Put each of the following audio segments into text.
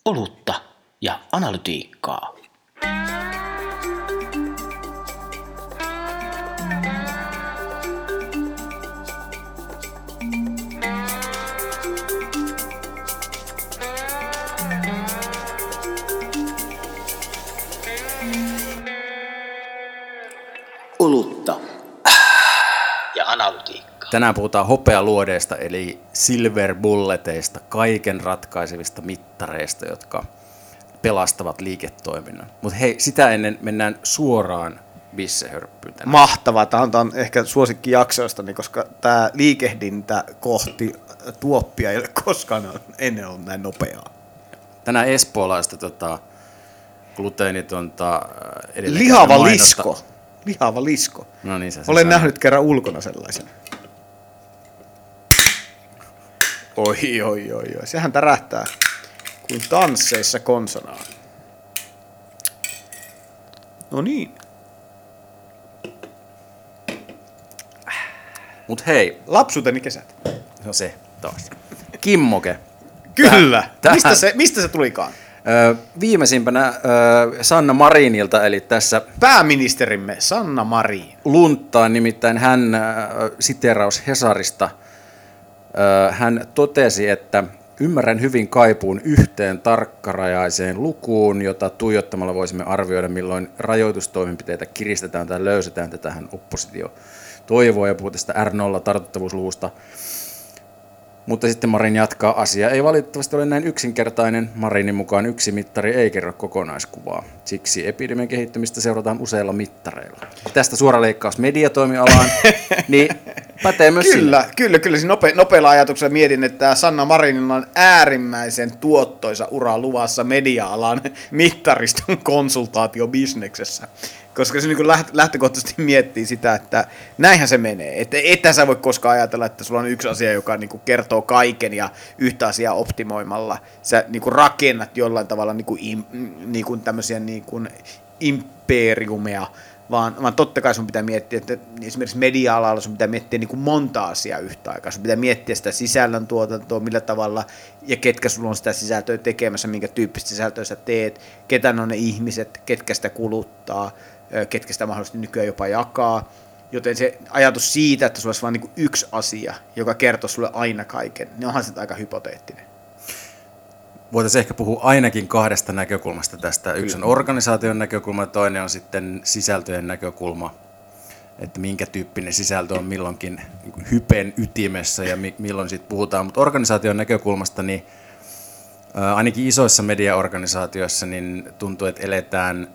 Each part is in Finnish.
olutta ja analytiikkaa. Olutta ja analytiikkaa. Tänään puhutaan hopealuodeista eli silver bulleteista, kaiken ratkaisevista mittareista, jotka pelastavat liiketoiminnan. Mutta hei, sitä ennen mennään suoraan bissehörppyyn tänään. Mahtavaa. Tämä on ehkä suosikkijaksoistani, koska tämä liikehdintä kohti tuoppia ei ole koskaan ennen ollut näin nopeaa. Tänään espoolaista gluteenitonta Lihava lisko. Lihava lisko. No niin, olen nähnyt kerran ulkona sellaisen. Oi. Sehän tärähtää kuin tansseissa konsonaan. No niin. Mut hei. Lapsuuteni kesät. No se taas. Kimmoke. Kyllä. Mistä se tulikaan? Viimeisimpänä Sanna Marinilta, eli tässä pääministerimme Sanna Marin. Lunttaan, nimittäin hän siteeraus Hesarista. Hän totesi, että ymmärrän hyvin kaipuun yhteen tarkkarajaiseen lukuun, jota tuijottamalla voisimme arvioida, milloin rajoitustoimenpiteitä kiristetään tai löysetään. Tätähän oppositio toivoo ja puhuu tästä R0-tartuttavuusluvusta. Mutta sitten Marin jatkaa, asia ei valitettavasti ole näin yksinkertainen. Marinin mukaan yksi mittari ei kerro kokonaiskuvaa. Siksi epidemian kehittymistä seurataan useilla mittareilla. Tästä suora leikkaus mediatoimialaan, niin pätee myös Kyllä. Siinä nopealla ajatuksella mietin, että Sanna Marinilla on äärimmäisen tuottoisa ura luvassa media-alan mittariston konsultaatiobisneksessä. Koska se niin lähtökohtaisesti miettii sitä, että näinhän se menee. Että sä voi koskaan ajatella, että sulla on yksi asia, joka niin kuin kertoo kaiken ja yhtä asiaa optimoimalla. Sä niin kuin rakennat jollain tavalla niin kuin tämmöisiä niin kuin imperiumia, vaan totta kai sun pitää miettiä, että esimerkiksi media-alalla sun pitää miettiä niin kuin monta asiaa yhtä aikaa. Sun pitää miettiä sitä sisällöntuotantoa, millä tavalla ja ketkä sulla on sitä sisältöä tekemässä, minkä tyyppistä sisältöä sä teet, ketä on ne ihmiset, ketkä sitä kuluttaa, ketkä sitä mahdollisesti nykyään jopa jakaa. Joten se ajatus siitä, että sulla olisi vain niin yksi asia, joka kertoo sulle aina kaiken, niin onhan se aika hypoteettinen. Voitaisiin ehkä puhua ainakin kahdesta näkökulmasta tästä. Yksi on organisaation näkökulma ja toinen on sitten sisältöjen näkökulma. Että minkä tyyppinen sisältö on milloinkin hypen ytimessä ja milloin siitä puhutaan. Mutta organisaation näkökulmasta, niin ainakin isoissa mediaorganisaatioissa niin tuntuu, että eletään,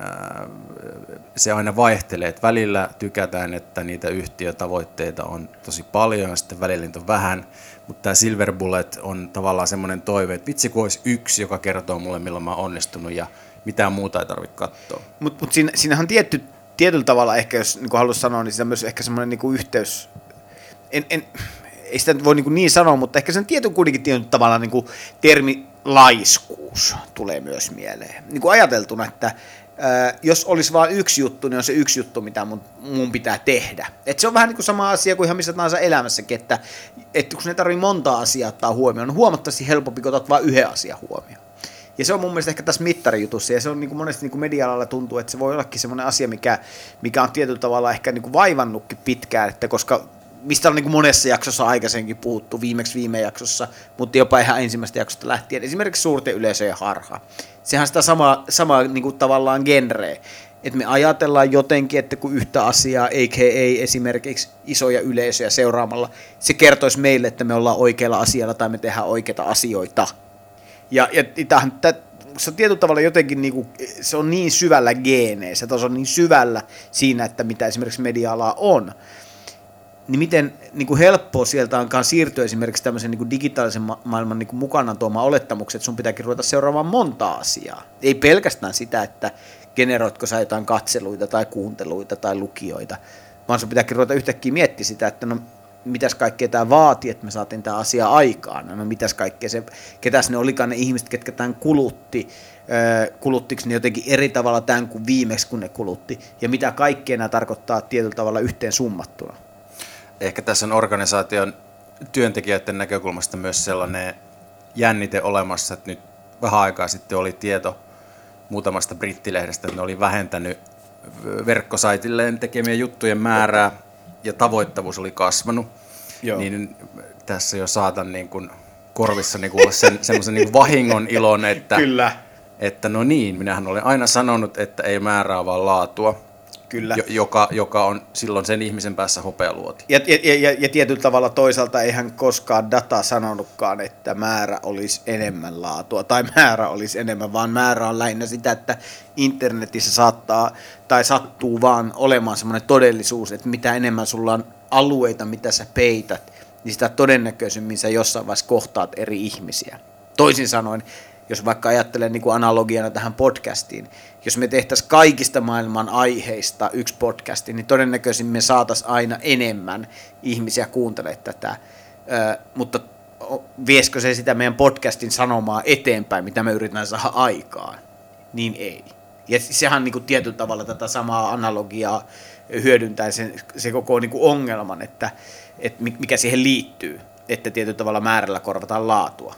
se aina vaihtelee. Että välillä tykätään, että niitä yhtiötavoitteita on tosi paljon ja sitten välillä niitä on vähän. Mutta tämä Silver Bullet on tavallaan semmoinen toive, että vitsi kun olisi yksi, joka kertoo mulle, milloin mä oon onnistunut ja mitään muuta ei tarvitse katsoa. Mutta siinähän on tietyllä tavalla ehkä, jos niin haluaisi sanoa, niin siinä on myös ehkä semmoinen niin yhteys. Ei sitä voi niin sanoa, mutta ehkä sen kuitenkin tietyllä tavalla niin termi laiskuus tulee myös mieleen. Niin kuin ajateltuna, että jos olisi vain yksi juttu, niin on se yksi juttu, mitä mun pitää tehdä. Et se on vähän niin kuin sama asia kuin ihan missä tahansa elämässäkin, että kun ne tarvitsee monta asiaa ottaa huomioon, on huomattavasti helpompi, kun otat vain yhden asian huomioon. Ja se on mun mielestä ehkä tässä mittarijutussa, ja se on niin kuin monesti niin kuin media-alalla tuntuu, että se voi ollakin semmoinen asia, mikä on tietyllä tavalla ehkä niin kuin vaivannutkin pitkään, että koska mistä on niin kuin monessa jaksossa aikaisemmin puhuttu, viimeksi viime jaksossa, mutta jopa ihan ensimmäistä jaksosta lähtien, esimerkiksi suurten yleisöjen harha. Sehän sitä samaa niin kuin tavallaan genreä, että me ajatellaan jotenkin, että kun yhtä asiaa, a.k.a. esimerkiksi isoja yleisöjä seuraamalla, se kertoisi meille, että me ollaan oikealla asialla tai me tehdään oikeita asioita. Ja se on tietyllä tavalla jotenkin, niin kuin, se on niin syvällä geeneissä, se on niin syvällä siinä, että mitä esimerkiksi media-alaa on. Niin miten niin kuin helppoa sieltä onkaan siirtyä esimerkiksi tämmöisen niin kuin digitaalisen maailman niin kuin mukanaan tuomaan olettamukset, että sun pitääkin ruveta seuraamaan monta asiaa. Ei pelkästään sitä, että generoitko sä jotain katseluita tai kuunteluita tai lukijoita, vaan sun pitääkin ruveta yhtäkkiä miettiä sitä, että no mitäs kaikkea tämä vaatii, että me saatiin tämä asia aikaan. No mitäs kaikkea se, ketäs ne olikaan ne ihmiset, ketkä tämän kulutti, kuluttiko ne jotenkin eri tavalla tämän kuin viimeksi, kun ne kulutti, ja mitä kaikkea nämä tarkoittaa tietyllä tavalla yhteen summattuna. Ehkä tässä on organisaation työntekijöiden näkökulmasta myös sellainen jännite olemassa, että nyt vähän aikaa sitten oli tieto muutamasta brittilehdestä, että ne oli vähentänyt verkkosaitilleen tekemien juttujen määrää ja tavoittavuus oli kasvanut. Joo. Niin tässä jo saatan niin kuin korvissani kuulla semmoisen niin vahingon ilon, että, Kyllä. että no niin, minähän olen aina sanonut, että ei määrää vaan laatua. Kyllä. Joka on silloin sen ihmisen päässä hopealuoti. Ja tietyllä tavalla toisaalta eihän koskaan data sanonutkaan, että määrä olisi enemmän laatua tai määrä olisi enemmän, vaan määrä on lähinnä sitä, että internetissä saattaa tai sattuu vaan olemaan semmoinen todellisuus, että mitä enemmän sulla on alueita, mitä sä peität, niin sitä todennäköisemmin sä jossain vaiheessa kohtaat eri ihmisiä. Toisin sanoen, jos vaikka ajattelen niin kuin analogiana tähän podcastiin, jos me tehtäisiin kaikista maailman aiheista yksi podcasti, niin todennäköisesti me saataisiin aina enemmän ihmisiä kuuntelemaan tätä, mutta vieskö se sitä meidän podcastin sanomaa eteenpäin, mitä me yritetään saada aikaan? Niin ei. Ja sehän niin kuin tietyllä tavalla tätä samaa analogiaa hyödyntää se koko niin kuin ongelman, että mikä siihen liittyy, että tietyllä tavalla määrällä korvataan laatua.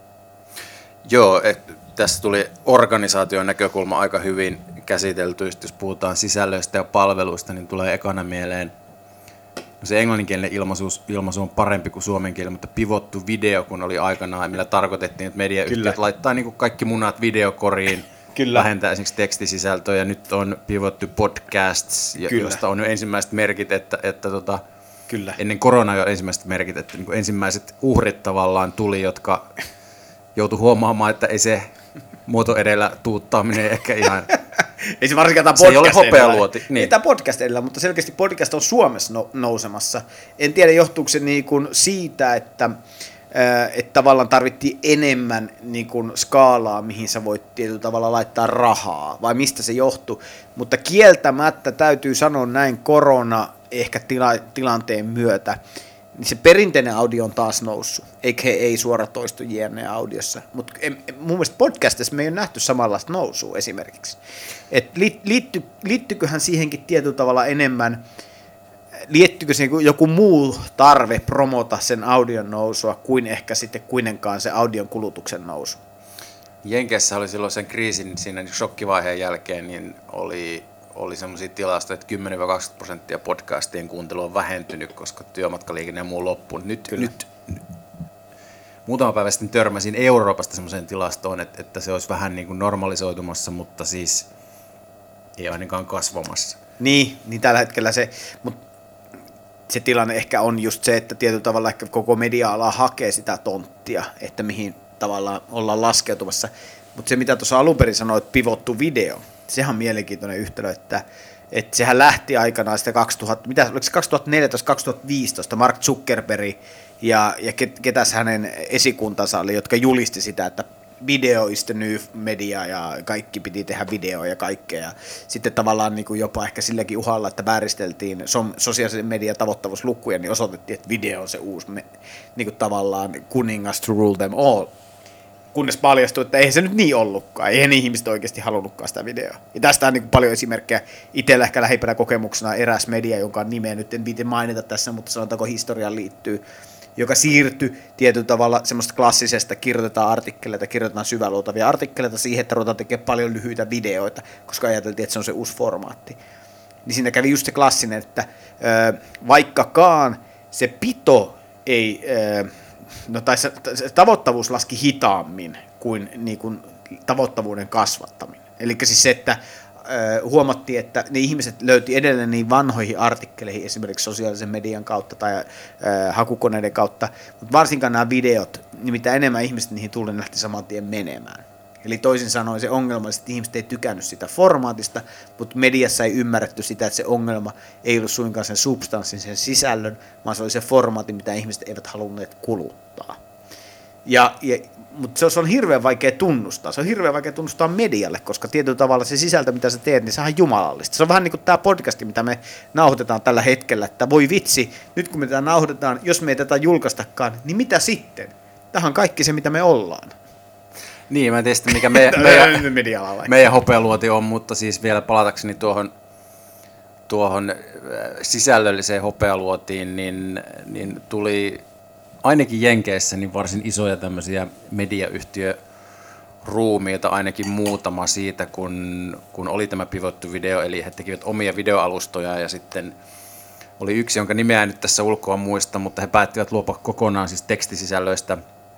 Joo, tässä tuli organisaation näkökulma aika hyvin käsitelty. Jos puhutaan sisällöistä ja palveluista, niin tulee ekana mieleen, se englanninkielinen ilmaisu on parempi kuin suomenkielinen, mutta pivottu video, kun oli aikanaan, millä tarkoitettiin, että mediayhtiöt laittaa niin kuin kaikki munat videokoriin, vähentää esimerkiksi tekstisisältöä, ja nyt on pivottu podcasts, josta on jo ensimmäiset merkit, että ennen koronaa jo ensimmäiset merkit, että niin kuin ensimmäiset uhrit tavallaan tuli, jotka joutui huomaamaan, että ei se muoto edellä tuuttaaminen ehkä ihan... Ei se varsinkaan tämä podcast ei ole hopealuoti. Niin. Ei tämä podcast edellä, mutta selkeästi podcast on Suomessa nousemassa. En tiedä, johtuuko se niin kuin siitä, että tavallaan tarvittiin enemmän niin kuin skaalaa, mihin sä voit tietyllä tavalla laittaa rahaa, vai mistä se johtuu. Mutta kieltämättä täytyy sanoa näin korona ehkä tilanteen myötä, niin se perinteinen audio on taas noussut, eikä ei suoratoisto JNE audiossa. Mutta mun mielestä podcastissa me ei ole nähty samanlaista nousua esimerkiksi. Liittyyköhän siihenkin tietyllä tavalla enemmän, liittyykö se joku muu tarve promota sen audion nousua kuin ehkä sitten kuitenkaan se audion kulutuksen nousu? Jenkeissä oli silloin sen kriisin siinä shokkivaiheen jälkeen, niin oli sellaisia tilastoja, että 10-20% podcastien kuuntelu on vähentynyt, koska työmatkaliikenne ja muu loppuu. Nyt muutama päivä sitten törmäsin Euroopasta sellaiseen tilastoon, että se olisi vähän niin kuin normalisoitumassa, mutta siis ei ainakaan kasvamassa. Niin tällä hetkellä mutta se tilanne ehkä on just se, että tietyllä tavalla ehkä koko media-ala hakee sitä tonttia, että mihin tavallaan ollaan laskeutumassa. Mutta se, mitä tuossa alun perin sanoit, pivottu video, sehän on mielenkiintoinen yhtälö, että sehän lähti aikanaan sitä 2014-2015 Mark Zuckerberg ja ketäs hänen esikuntansa oli, jotka julisti sitä, että video is the new media ja kaikki piti tehdä videoa ja kaikkea. Ja sitten tavallaan niin kuin jopa ehkä silläkin uhalla, että vääristeltiin sosiaalisen median tavoittavuuslukuja, niin osoitettiin, että video on se uusi niin kuin tavallaan kuningas to rule them all. Kunnes paljastui, että eihän se nyt niin ollutkaan. Eihän ihmiset oikeasti halunnutkaan sitä videoa. Ja tästä on niin paljon esimerkkejä. Itsellä ehkä lähimpänä kokemuksena eräs media, jonka nimeä nyt en viiti mainita tässä, mutta sanotaanko historiaan liittyy, joka siirtyi tietyllä tavalla semmoista klassisesta, kirjoitetaan syväluotavia artikkeleita siihen, että ruvetaan tekemään paljon lyhyitä videoita, koska ajateltiin, että se on se uusi formaatti. Niin siinä kävi just se klassinen, että vaikkakaan se pito ei... se tavoittavuus laski hitaammin kuin, tavoittavuuden kasvattaminen. Eli siis se, että huomattiin, että ne ihmiset löyti edelleen niin vanhoihin artikkeleihin, esimerkiksi sosiaalisen median kautta tai hakukoneiden kautta, mutta varsinkaan nämä videot, niin mitä enemmän ihmiset niihin tuli, ne lähti saman tien menemään. Eli toisin sanoen se ongelma, että ihmiset ei tykännyt sitä formaatista, mutta mediassa ei ymmärretty sitä, että se ongelma ei ollut suinkaan sen substanssin, sen sisällön, vaan se oli se formaatti, mitä ihmiset eivät halunneet kuluttaa. Mutta se on hirveän vaikea tunnustaa. Se on hirveän vaikea tunnustaa medialle, koska tietyllä tavalla se sisältö, mitä sä teet, niin sehän on jumalallista. Se on vähän niin kuin tämä podcasti, mitä me nauhoitetaan tällä hetkellä, että voi vitsi, nyt kun me tätä nauhoitetaan, jos me ei tätä julkaistakaan, niin mitä sitten? Tähän on kaikki se, mitä me ollaan. Niin, mä en tiedä mikä meidän hopealuoti on, mutta siis vielä palatakseni tuohon sisällölliseen hopealuotiin, niin tuli ainakin Jenkeissä niin varsin isoja tämmöisiä mediayhtiö ruumiita, ainakin muutama siitä, kun oli tämä pivottu video, eli he tekivät omia videoalustoja ja sitten oli yksi, jonka nimeä nyt tässä ulkoa muista, mutta he päättivät luopua kokonaan siis tekstisisällöistä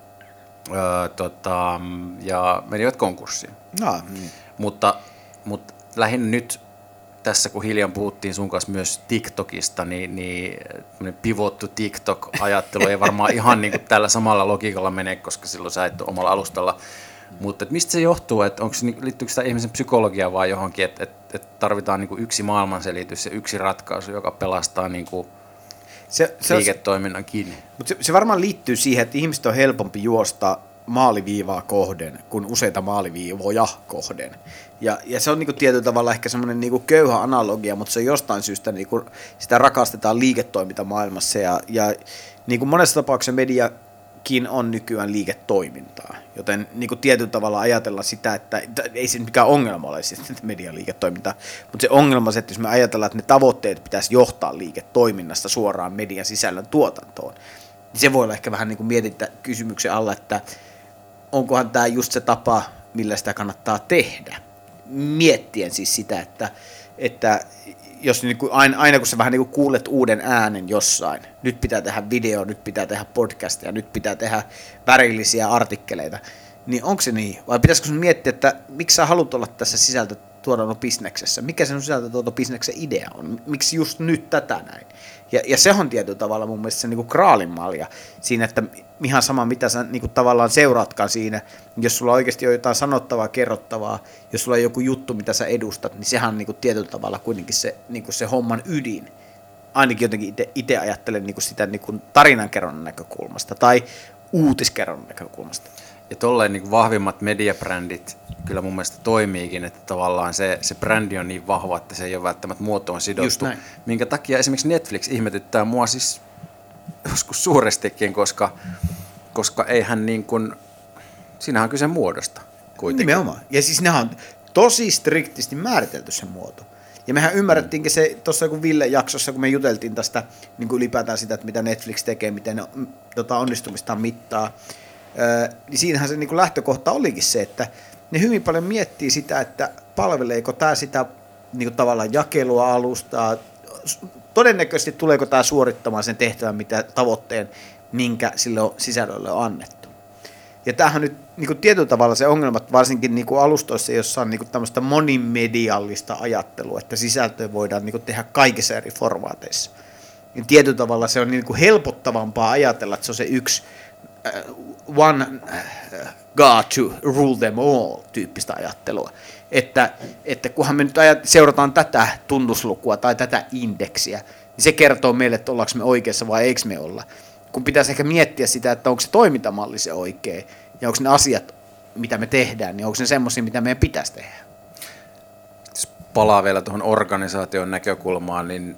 ja menivät konkurssiin. No, Mutta lähinnä nyt tässä, kun hiljan puhuttiin sun kanssa myös TikTokista, niin pivottu TikTok-ajattelu ei varmaan ihan niin kuin tällä samalla logiikalla mene, koska silloin sä et ole omalla alustalla. Mutta mistä se johtuu, että liittyykö sitä ihmisen psykologiaan vai johonkin, että tarvitaan niin kuin yksi maailmanselitys ja yksi ratkaisu, joka pelastaa niin kuin liiketoiminnan kiinni? Mutta se varmaan liittyy siihen, että ihmiset on helpompi juosta maaliviivaa kohden kuin useita maaliviivoja kohden. Ja se on niinku tietyllä tavalla ehkä semmoinen niinku köyhä analogia, mutta se on jostain syystä niinku, sitä rakastetaan liiketoimintamaailmassa ja niinku monessa tapauksessa mediakin on nykyään liiketoimintaa, joten niinku tietyllä tavalla ajatella sitä, että ei se mikään ongelma ole siis median liiketoimintaa, mutta se ongelma on se, että jos me ajatellaan, että ne tavoitteet pitäisi johtaa liiketoiminnasta suoraan median sisällön tuotantoon, niin se voi olla ehkä vähän niin kuin mietintä kysymyksen alla, että onkohan tämä just se tapa, millä sitä kannattaa tehdä. Miettien siis sitä, että jos niin kuin aina kun sä vähän niin kuin kuulet uuden äänen jossain, nyt pitää tehdä video, nyt pitää tehdä podcastia, nyt pitää tehdä värillisiä artikkeleita, niin onko se niin? Vai pitäisikö sun miettiä, että miksi sä haluat olla tässä sisältötuotannon bisneksessä? Mikä sen sisältötuotannon idea on? Miksi just nyt tätä näin? Ja se on tietyllä tavalla mun mielestä se niin kuin kraalin malja siinä, että ihan sama mitä sä niin kuin tavallaan seuraatkaan siinä, jos sulla oikeasti on jotain sanottavaa, kerrottavaa, jos sulla on joku juttu, mitä sä edustat, niin sehän on niin kuin tietyllä tavalla kuitenkin se, niin kuin se homman ydin. Ainakin jotenkin itse ajattelen niin kuin sitä niin kuin tarinankerronnan näkökulmasta tai uutiskerronnan näkökulmasta. Ja tolleen niin vahvimmat mediabrändit kyllä mun mielestä toimiikin, että tavallaan se brändi on niin vahva, että se ei ole välttämättä muotoon sidottu. Minkä takia esimerkiksi Netflix ihmetyttää mua siis joskus suurestikin, koska eihän niin kuin, siinähän on kyse muodosta kuitenkin. Nimenomaan. Ja siis nehän on tosi striktisti määritelty se muoto. Ja mehän ymmärrettiinkin se tuossa joku Ville-jaksossa, kun me juteltiin tästä niin kuin ylipäätään sitä, että mitä Netflix tekee, miten onnistumistaan mittaa. Niin siinähän se niin kuin lähtökohta olikin se, että ne hyvin paljon miettii sitä, että palveleeko tämä sitä niin kuin tavallaan jakelua alustaa, todennäköisesti tuleeko tämä suorittamaan sen tehtävän, mitä tavoitteen, minkä sille sisällölle on annettu. Ja tämähän nyt niin kuin tietyllä tavalla se ongelma, varsinkin niin kuin alustoissa, jossa on niin kuin tämmöistä monimediallista ajattelua, että sisältöä voidaan niin kuin tehdä kaikissa eri formaateissa. Ja tietyllä tavalla se on niin kuin helpottavampaa ajatella, että se on se yksi one God to rule them all -tyyppistä ajattelua. Että kunhan me nyt seurataan tätä tunnuslukua tai tätä indeksiä, niin se kertoo meille, että ollaanko me oikeassa vai eikö me olla. Kun pitäisi ehkä miettiä sitä, että onko se toimintamalli se oikea, ja onko ne asiat, mitä me tehdään, niin onko ne semmoisia, mitä meidän pitäisi tehdä. Jos palaa vielä tuohon organisaation näkökulmaan, niin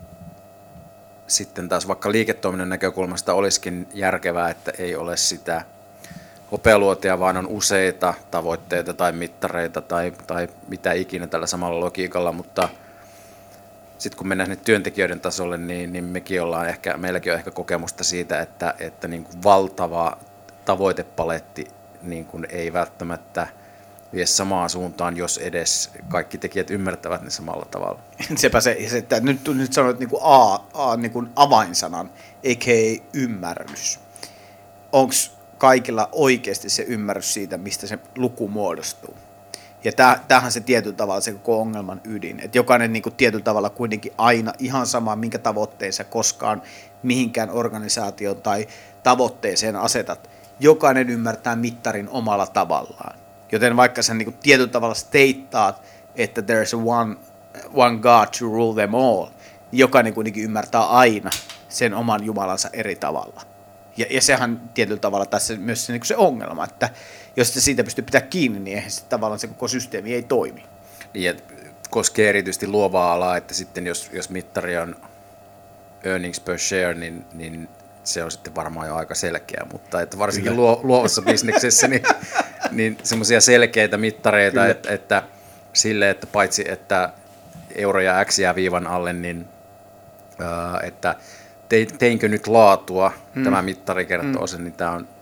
sitten taas vaikka liiketoiminnan näkökulmasta olisikin järkevää, että ei ole sitä hopealuotia, vaan on useita tavoitteita tai mittareita tai mitä ikinä tällä samalla logiikalla, mutta sitten kun mennään nyt työntekijöiden tasolle, niin meilläkin on ehkä kokemusta siitä, että niin kuin valtava tavoitepaletti niin kuin ei välttämättä vie samaan suuntaan, jos edes kaikki tekijät ymmärtävät ne samalla tavalla. Sepä se, että nyt sanoit niin kuin niin kuin avainsanan, a.k.a. ymmärrys. Onko kaikilla oikeasti se ymmärrys siitä, mistä se luku muodostuu? Ja tämähän se tietyllä tavalla se koko ongelman ydin, että jokainen niin kuin tietyllä tavalla kuitenkin aina ihan sama, minkä tavoitteeseen koskaan mihinkään organisaatioon tai tavoitteeseen asetat, jokainen ymmärtää mittarin omalla tavallaan. Joten vaikka sä niin kuin tietyllä tavalla steittaat, että there's one God to rule them all, niin jokainen kuitenkin ymmärtää aina sen oman Jumalansa eri tavalla. Ja sehän tietyllä tavalla tässä myös se, niin kuin se ongelma, että jos se siitä pystyy pitämään kiinni, niin eihän se tavallaan se koko systeemi ei toimi. Niin, koskee erityisesti luovaa alaa, että sitten jos mittari on earnings per share, niin se on sitten varmaan jo aika selkeä, mutta että varsinkin luovassa bisneksessä niin semmoisia selkeitä mittareita, että sille, että paitsi että euroja X jää viivan alle, niin että teinkö nyt laatua, tämä mittari kertoo sen, niin tämä on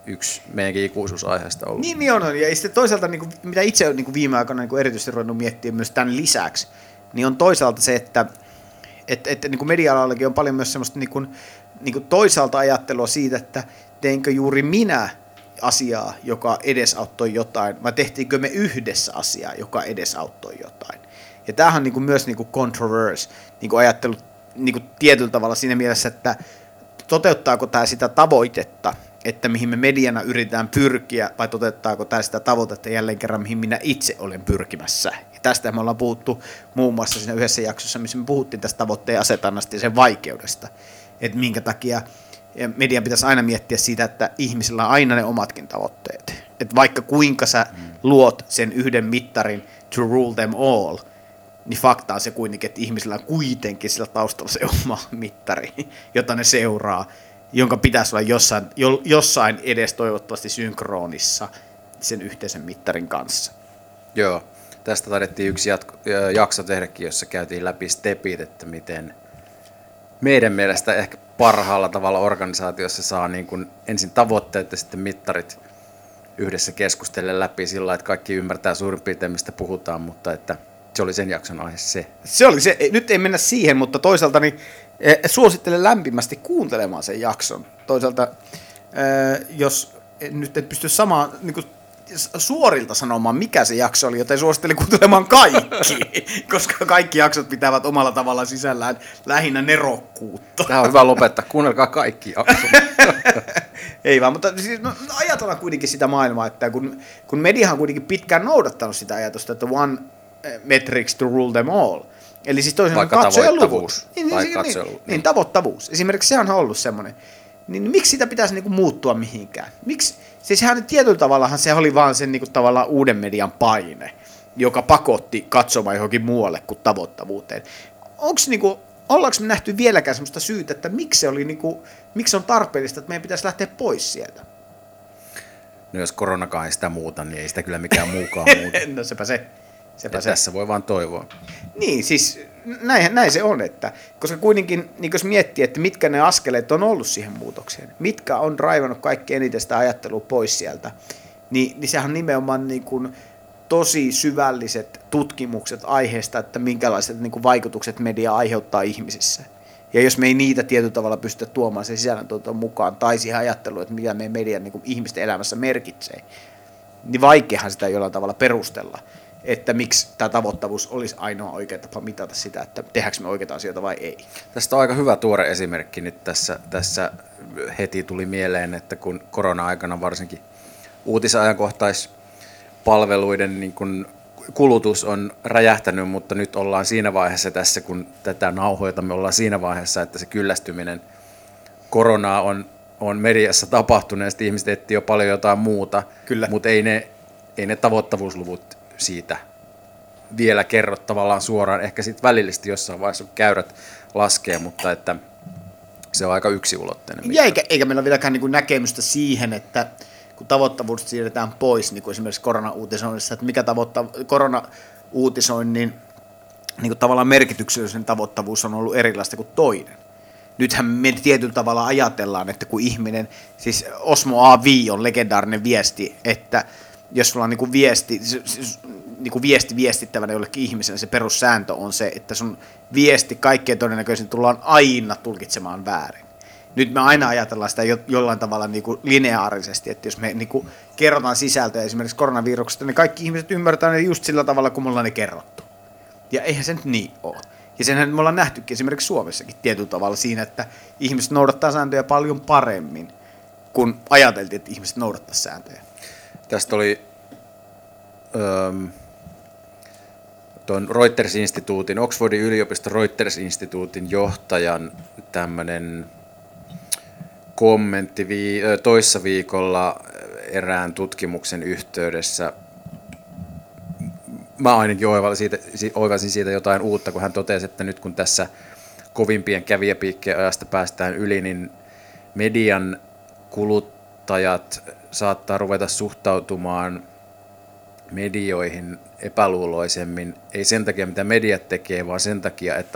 yksi meidänkin ikuisuusaiheesta ollut. Niin on. Ja sitten toisaalta, niin kuin, mitä itse olen niin viime aikoina niin erityisesti ruvennut miettimään myös tämän lisäksi, niin on toisaalta se, että niin kuin media-alallakin on paljon myös semmoista niin kuin toisaalta ajattelua siitä, että teinkö juuri minä asiaa, joka edesauttoi jotain, vai tehtiinkö me yhdessä asiaa, joka edesauttoi jotain. Ja tämähän on niin kuin myös niin kuin controversy, niin kuin ajattelu niin kuin tietyllä tavalla siinä mielessä, että toteuttaako tämä sitä tavoitetta, että mihin me mediana yritetään pyrkiä, vai toteuttaako tämä sitä tavoitetta jälleen kerran, mihin minä itse olen pyrkimässä. Ja tästä me ollaan puhuttu muun muassa siinä yhdessä jaksossa, missä me puhuttiin tästä tavoitteen asetannasta ja sen vaikeudesta. Että minkä takia median pitäisi aina miettiä siitä, että ihmisillä on aina ne omatkin tavoitteet. Että vaikka kuinka sä luot sen yhden mittarin to rule them all, niin fakta on se kuitenkin, että ihmisillä on kuitenkin sillä taustalla se oma mittari, jota ne seuraa, jonka pitäisi olla jossain edes toivottavasti synkronissa sen yhteisen mittarin kanssa. Joo, tästä taidettiin yksi jakso tehdäkin, jossa käytiin läpi stepit, että miten meidän mielestä ehkä parhaalla tavalla organisaatiossa saa niin kuin ensin tavoitteet ja sitten mittarit yhdessä keskustellen läpi sillä lailla, että kaikki ymmärtää suurin piirtein, mistä puhutaan, mutta että se oli sen jakson aihe se. Se oli se. Nyt ei mennä siihen, mutta toisaalta niin, suosittelen lämpimästi kuuntelemaan sen jakson. Toisaalta, jos nyt et pysty samaan niin kuin suorilta sanomaan, mikä se jakso oli, joten suosittelen kuuntelemaan kaikki, koska kaikki jaksot pitävät omalla tavallaan sisällään lähinnä nerokkuutta. Tämä on hyvä lopettaa. Kuunnelkaa kaikki jaksot. Ei vaan, mutta siis, ajatellaan kuitenkin sitä maailmaa, että kun mediahan on kuitenkin pitkään noudattanut sitä ajatusta, että one metrics to rule them all. Eli siis toisin vaikka tavoittavuus. Niin, tavoittavuus. Esimerkiksi sehän on ollut semmoinen. Niin miksi sitä pitäisi niinku muuttua mihinkään? Miksi? Siis sehän tietyllä tavallahan se oli vaan sen niinku tavallaan uuden median paine, joka pakotti katsomaan johonkin muualle kuin tavoittavuuteen. Ollaanko me nähty vieläkään semmoista syytä, että miksi on tarpeellista, että meidän pitäisi lähteä pois sieltä? No jos koronakaan ei sitä muuta, niin ei sitä kyllä mikään muukaan muuta. No sepä se. Tässä voi vaan toivoa. Niin, siis näin se on, että koska kuitenkin, niin jos miettii, että mitkä ne askeleet on ollut siihen muutokseen, mitkä on raivannut kaikki eniten sitä ajattelua pois sieltä, niin sehän on nimenomaan niin kuin tosi syvälliset tutkimukset aiheesta, että minkälaiset niin kuin vaikutukset media aiheuttaa ihmisissä. Ja jos me ei niitä tietyllä tavalla pystytä tuomaan sen sisällöntuoton mukaan tai siihen ajatteluun, että mitä meidän median niin kuin ihmisten elämässä merkitsee, niin vaikeahan sitä jollain tavalla perustella, että miksi tämä tavoittavuus olisi ainoa oikea tapa mitata sitä, että tehdäänkö me oikeita asioita vai ei. Tästä on aika hyvä tuore esimerkki nyt tässä heti tuli mieleen, että kun korona-aikana varsinkin uutisajankohtaispalveluiden niin kun kulutus on räjähtänyt, mutta nyt ollaan siinä vaiheessa tässä, kun tätä nauhoitamme, ollaan siinä vaiheessa, että se kyllästyminen koronaa on mediassa tapahtunut ja sitten ihmiset etsii jo paljon jotain muuta, Kyllä. Mutta ei ne tavoittavuusluvut siitä vielä kerro tavallaan suoraan, ehkä sitten välillisesti jossain vaiheessa käyrät laskee, mutta että se on aika yksiulotteinen. Ja eikä meillä ole vieläkään niin näkemystä siihen, että kun tavoittavuudesta siirretään pois, niin kuin esimerkiksi korona-uutisoinnissa, että mikä korona-uutisoinnin niin kuin tavallaan merkityksellisen tavoittavuus on ollut erilaista kuin toinen. Nythän me tietyllä tavalla ajatellaan, että kun ihminen, siis Osmo A. V. on legendaarinen viesti, että jos sulla on viesti viestittävänä jollekin ihmiselle, se perussääntö on se, että sun viesti kaikkein todennäköisin tullaan aina tulkitsemaan väärin. Nyt me aina ajatellaan sitä jollain tavalla niin kuin lineaarisesti, että jos me niin kuin kerrotaan sisältöä esimerkiksi koronaviruksesta, niin kaikki ihmiset ymmärtää ne just sillä tavalla, kun me ollaan ne kerrottu. Ja eihän se nyt niin ole. Ja senhän me ollaan nähtykin esimerkiksi Suomessakin tietyllä tavalla siinä, että ihmiset noudattaa sääntöjä paljon paremmin, kun ajateltiin, että ihmiset noudattaa sääntöjä. Tästä oli tuon Reuters-instituutin, Oxfordin yliopiston Reuters-instituutin johtajan tämmöinen kommentti toissa viikolla erään tutkimuksen yhteydessä. Mä ainakin oivasin siitä jotain uutta, kun hän totesi, että nyt kun tässä kovimpien kävijäpiikkien ajasta päästään yli, niin median kuluttajat saattaa ruveta suhtautumaan medioihin epäluuloisemmin, ei sen takia, mitä mediat tekee, vaan sen takia, että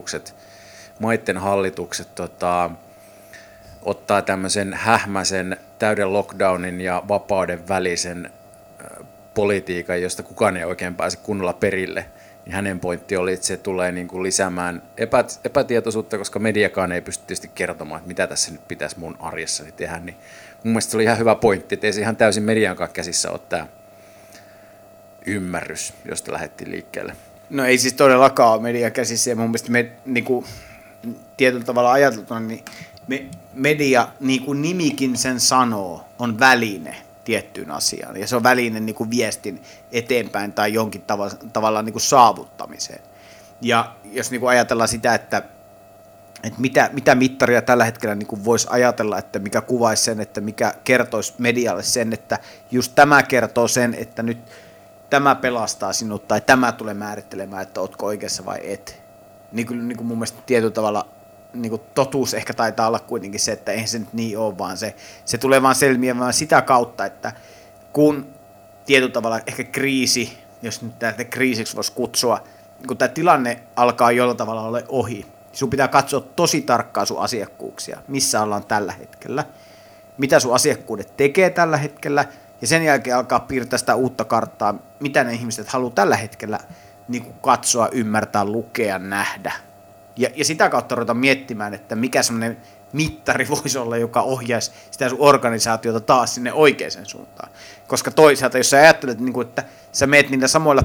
maiden hallitukset ottaa tämmöisen hähmäisen täyden lockdownin ja vapauden välisen politiikan, josta kukaan ei oikein pääse kunnolla perille. Niin hänen pointti oli, että se tulee niin kuin lisäämään epätietoisuutta, koska mediakaan ei pysty tietysti kertomaan, että mitä tässä nyt pitäisi mun arjessani tehdä. Niin mun mielestä se oli ihan hyvä pointti, että ei se ihan täysin mediankaan käsissä ole tämä ymmärrys, josta lähdettiin liikkeelle. No ei siis todellakaan ole median käsissä, ja mun mielestä me niin tietyllä tavalla ajateltuna, niin media, niin kuin nimikin sen sanoo, on väline tiettyyn asiaan, ja se on väline niin kuin viestin eteenpäin tai jonkin tavalla niin kuin saavuttamiseen. Ja jos niin kuin ajatellaan sitä, että mitä mittaria tällä hetkellä niin kuin voisi ajatella, että mikä kuvaisi sen, että mikä kertoisi medialle sen, että just tämä kertoo sen, että nyt tämä pelastaa sinut tai tämä tulee määrittelemään, että ootko oikeassa vai et. Niin kuin mun mielestä tietyllä tavalla niin kuin totuus ehkä taitaa olla kuitenkin se, että eihän se nyt niin ole, vaan se tulee vaan selviämään sitä kautta, että kun tietyllä tavalla ehkä kriisi, jos nyt tätä kriisiksi voisi kutsua, kun tämä tilanne alkaa jollain tavalla olla ohi, sun pitää katsoa tosi tarkkaan sun asiakkuuksia, missä ollaan tällä hetkellä, mitä sun asiakkuudet tekee tällä hetkellä, ja sen jälkeen alkaa piirtää sitä uutta karttaa, mitä ne ihmiset haluaa tällä hetkellä niin kuin katsoa, ymmärtää, lukea, nähdä. Ja sitä kautta ruveta miettimään, että mikä semmoinen mittari voisi olla, joka ohjaisi sitä sun organisaatiota taas sinne oikeaan suuntaan. Koska toisaalta, jos sä ajattelet, että sä meet niillä samoilla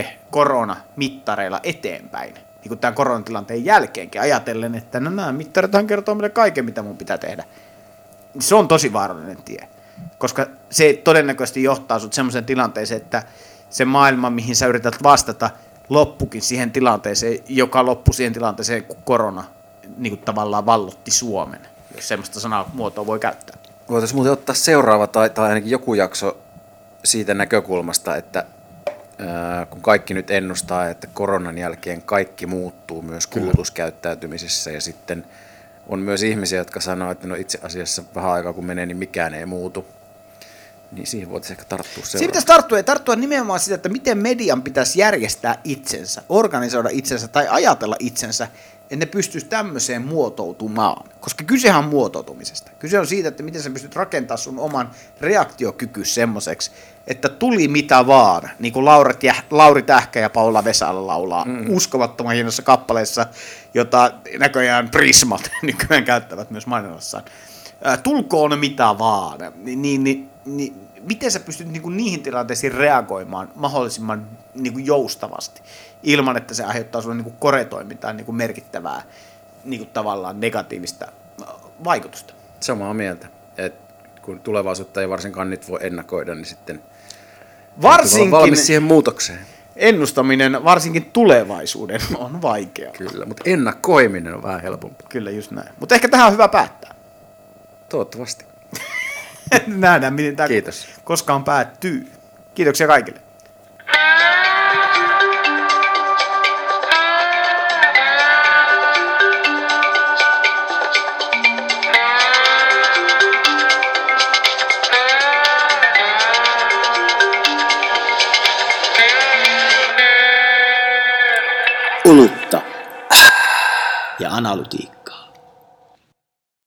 pre-korona-mittareilla eteenpäin, niin kuin tämän koronatilanteen jälkeenkin, ajatellen, että nämä mittarithan kertoo meille kaiken, mitä mun pitää tehdä. Se on tosi vaarallinen tie, koska se todennäköisesti johtaa sut semmoiseen tilanteeseen, että se maailma, mihin sä yrität vastata, loppukin siihen tilanteeseen, joka loppui siihen tilanteeseen, kun korona niin kuin tavallaan vallotti Suomen, jos semmoista sanamuotoa voi käyttää. Voitaisiin muuten ottaa seuraava tai ainakin joku jakso siitä näkökulmasta, että kun kaikki nyt ennustaa, että koronan jälkeen kaikki muuttuu myös kulutuskäyttäytymisessä ja sitten on myös ihmisiä, jotka sanoo, että no itse asiassa vähän aikaa kun menee, niin mikään ei muutu. Niin siihen voitaisiin ehkä tarttua seuraavaksi. Siihen pitäisi tarttua nimenomaan sitä, että miten median pitäisi järjestää itsensä, organisoida itsensä tai ajatella itsensä, että ne pystyisi tämmöiseen muotoutumaan. Koska kysehän on muotoutumisesta. Kyse on siitä, että miten sä pystyt rakentamaan sun oman reaktiokyky semmoiseksi, että tuli mitä vaan, niin kuin Lauri Tähkä ja Paula Vesala laulaa uskomattoman hienossa kappaleessa, jota näköjään Prismat nykyään käyttävät myös mainonassaan. Tulkoon mitä vaan, niin miten sä pystyt niihin tilanteisiin reagoimaan mahdollisimman joustavasti, ilman että se aiheuttaa sulle koretoimintaan merkittävää tavallaan negatiivista vaikutusta. Samaa mieltä, että kun tulevaisuutta ei varsinkaan nyt voi ennakoida, niin sitten varsinkin valmis siihen muutokseen. Ennustaminen, varsinkin tulevaisuuden, on vaikeaa. Kyllä, mutta ennakoiminen on vähän helpompaa. Kyllä, just näin. Mutta ehkä tähän on hyvä päättää. Toivottavasti. Nähdään, miten tämä koskaan päättyy. Kiitoksia kaikille. Olutta ja analytiikkaa.